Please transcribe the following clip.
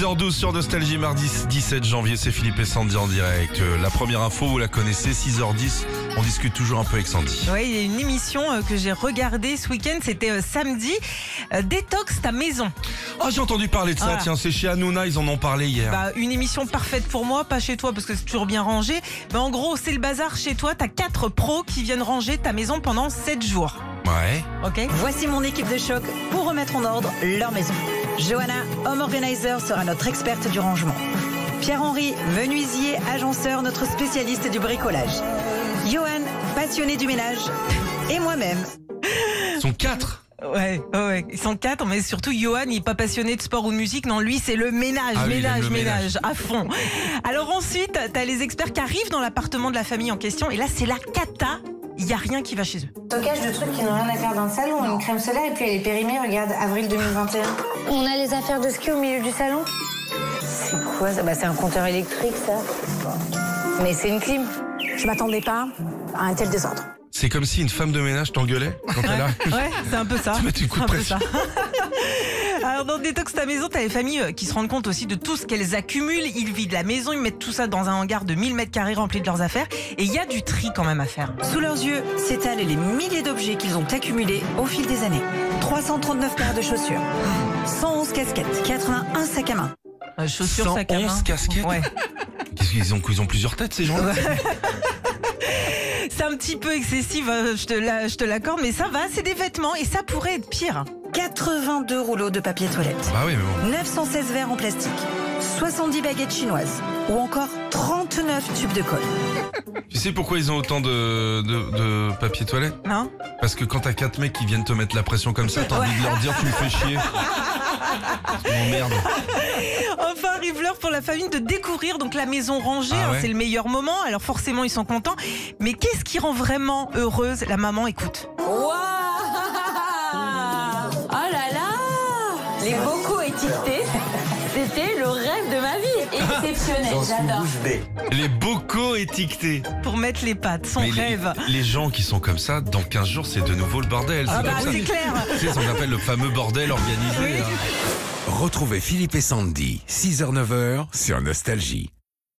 6h12 sur Nostalgie, mardi 17 janvier, c'est Philippe et Sandy en direct. La première info, vous la connaissez, 6h10, on discute toujours un peu avec Sandy. Oui, il y a une émission que j'ai regardée ce week-end, c'était samedi, Détox ta maison. Ah, j'ai entendu parler de ça, Voilà. tiens, c'est chez Hanouna, ils en ont parlé hier. Une émission parfaite pour moi, pas chez toi parce que c'est toujours bien rangé. Mais en gros, c'est le bazar chez toi, t'as 4 pros qui viennent ranger ta maison pendant 7 jours. Ouais. Ok. Voici mon équipe de choc pour remettre en ordre leur maison. Johanna, home organizer, sera notre experte du rangement. Pierre-Henri, menuisier, agenceur, notre spécialiste du bricolage. Johan, passionné du ménage. Et moi-même. Ils sont 4. Ouais, ils sont 4, mais surtout Johan, il est pas passionné de sport ou de musique, non, lui c'est le ménage, Ah oui, il aime le ménage, à fond. Alors ensuite, t'as les experts qui arrivent dans l'appartement de la famille en question, et là c'est la cata, il y a rien qui va chez eux. Stockage de trucs qui n'ont rien à faire dans le salon, une crème solaire et puis elle est périmée, regarde, avril 2021. On a les affaires de ski au milieu du salon. C'est quoi ça? C'est un compteur électrique ça. Mais c'est une clim. Je m'attendais pas à un tel désordre. C'est comme si une femme de ménage t'engueulait quand elle arrive. Ouais, c'est un peu ça. Tu mets un coup de C'est un peu pression. ça. Alors dans Détox ta maison, t'as les familles qui se rendent compte aussi de tout ce qu'elles accumulent. Ils vident la maison, ils mettent tout ça dans un hangar de 1000 mètres carrés rempli de leurs affaires. Et il y a du tri quand même à faire. Sous leurs yeux s'étalent les milliers d'objets qu'ils ont accumulés au fil des années. 339 paires de chaussures, 111 casquettes, 81 sacs à main. Chaussures, sac à main. 111 casquettes. Ouais. Qu'est-ce qu'ils ont plusieurs têtes ces gens-là? C'est un petit peu excessif, je te l'accorde, mais ça va, c'est des vêtements et ça pourrait être pire. 82 rouleaux de papier toilette. Bah oui, mais bon. 916 verres en plastique. 70 baguettes chinoises. Ou encore 39 tubes de colle. Tu sais pourquoi ils ont autant de papier toilette? Non? Parce que quand t'as 4 mecs qui viennent te mettre la pression comme ça, t'as envie de leur dire tu me fais chier. Oh merde. Enfin, arrive l'heure pour la famille de découvrir donc la maison rangée. Ah ouais. C'est le meilleur moment. Alors forcément, ils sont contents. Mais qu'est-ce qui rend vraiment heureuse la maman? Écoute. Waouh! Oh là là! Les bocaux étiquetés, c'était le rêve de ma vie. Exceptionnel, j'adore. Les bocaux étiquetés. Pour mettre les pattes, son Mais rêve. les gens qui sont comme ça, dans 15 jours, c'est de nouveau le bordel. Ah C'est bah comme ça. c'est clair. Tu sais, ce qu'on appelle le fameux bordel organisé. Oui. Là. Retrouvez Philippe et Sandy, 6h-9h sur Nostalgie.